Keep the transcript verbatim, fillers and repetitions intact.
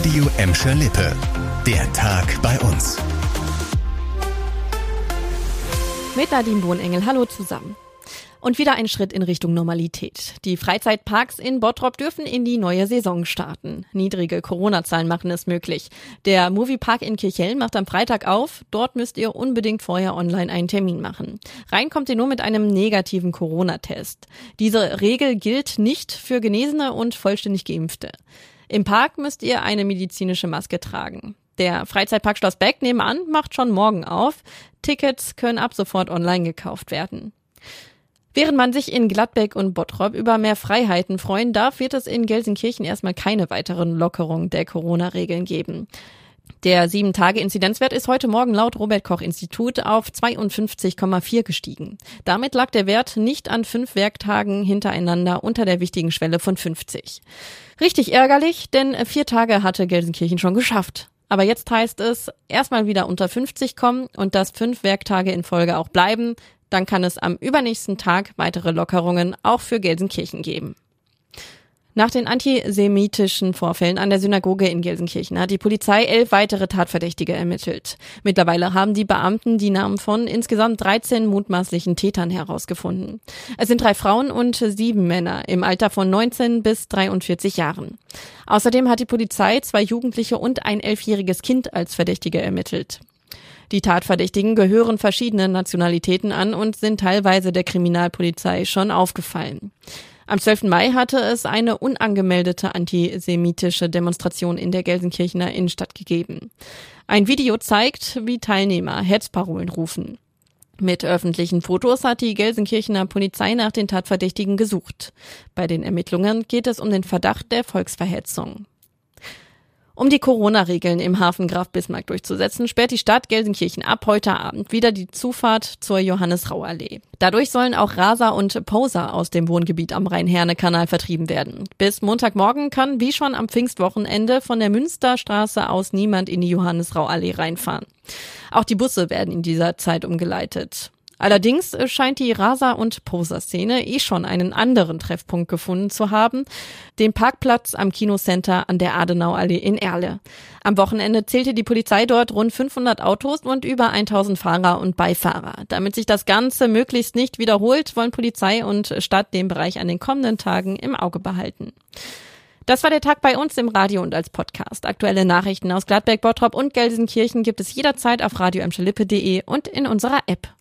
Radio Emscher Lippe. Der Tag bei uns. Mit Nadine Bohnengel, hallo zusammen. Und wieder ein Schritt in Richtung Normalität. Die Freizeitparks in Bottrop dürfen in die neue Saison starten. Niedrige Corona-Zahlen machen es möglich. Der Moviepark in Kirchhellen macht am Freitag auf. Dort müsst ihr unbedingt vorher online einen Termin machen. Rein kommt ihr nur mit einem negativen Corona-Test. Diese Regel gilt nicht für Genesene und vollständig Geimpfte. Im Park müsst ihr eine medizinische Maske tragen. Der Freizeitpark Schloss Beck nebenan macht schon morgen auf. Tickets können ab sofort online gekauft werden. Während man sich in Gladbeck und Bottrop über mehr Freiheiten freuen darf, wird es in Gelsenkirchen erstmal keine weiteren Lockerungen der Corona-Regeln geben. Der sieben Tage Inzidenzwert ist heute Morgen laut Robert-Koch-Institut auf zweiundfünfzig Komma vier gestiegen. Damit lag der Wert nicht an fünf Werktagen hintereinander unter der wichtigen Schwelle von fünfzig. Richtig ärgerlich, denn vier Tage hatte Gelsenkirchen schon geschafft. Aber jetzt heißt es, erstmal wieder unter fünfzig kommen und das fünf Werktage in Folge auch bleiben. Dann kann es am übernächsten Tag weitere Lockerungen auch für Gelsenkirchen geben. Nach den antisemitischen Vorfällen an der Synagoge in Gelsenkirchen hat die Polizei elf weitere Tatverdächtige ermittelt. Mittlerweile haben die Beamten die Namen von insgesamt dreizehn mutmaßlichen Tätern herausgefunden. Es sind drei Frauen und sieben Männer im Alter von neunzehn bis dreiundvierzig Jahren. Außerdem hat die Polizei zwei Jugendliche und ein elfjähriges Kind als Verdächtige ermittelt. Die Tatverdächtigen gehören verschiedenen Nationalitäten an und sind teilweise der Kriminalpolizei schon aufgefallen. Am zwölften Mai hatte es eine unangemeldete antisemitische Demonstration in der Gelsenkirchener Innenstadt gegeben. Ein Video zeigt, wie Teilnehmer Hetzparolen rufen. Mit öffentlichen Fotos hat die Gelsenkirchener Polizei nach den Tatverdächtigen gesucht. Bei den Ermittlungen geht es um den Verdacht der Volksverhetzung. Um die Corona-Regeln im Hafen Graf Bismarck durchzusetzen, sperrt die Stadt Gelsenkirchen ab heute Abend wieder die Zufahrt zur Johannes-Rau-Allee. Dadurch sollen auch Raser und Poser aus dem Wohngebiet am Rhein-Herne-Kanal vertrieben werden. Bis Montagmorgen kann wie schon am Pfingstwochenende von der Münsterstraße aus niemand in die Johannes-Rau-Allee reinfahren. Auch die Busse werden in dieser Zeit umgeleitet. Allerdings scheint die Raser- und Poser-Szene eh schon einen anderen Treffpunkt gefunden zu haben, den Parkplatz am Kinocenter an der Adenauallee in Erle. Am Wochenende zählte die Polizei dort rund fünfhundert Autos und über tausend Fahrer und Beifahrer. Damit sich das Ganze möglichst nicht wiederholt, wollen Polizei und Stadt den Bereich an den kommenden Tagen im Auge behalten. Das war der Tag bei uns im Radio und als Podcast. Aktuelle Nachrichten aus Gladbeck, Bottrop und Gelsenkirchen gibt es jederzeit auf radio emscher lippe punkt de und in unserer App.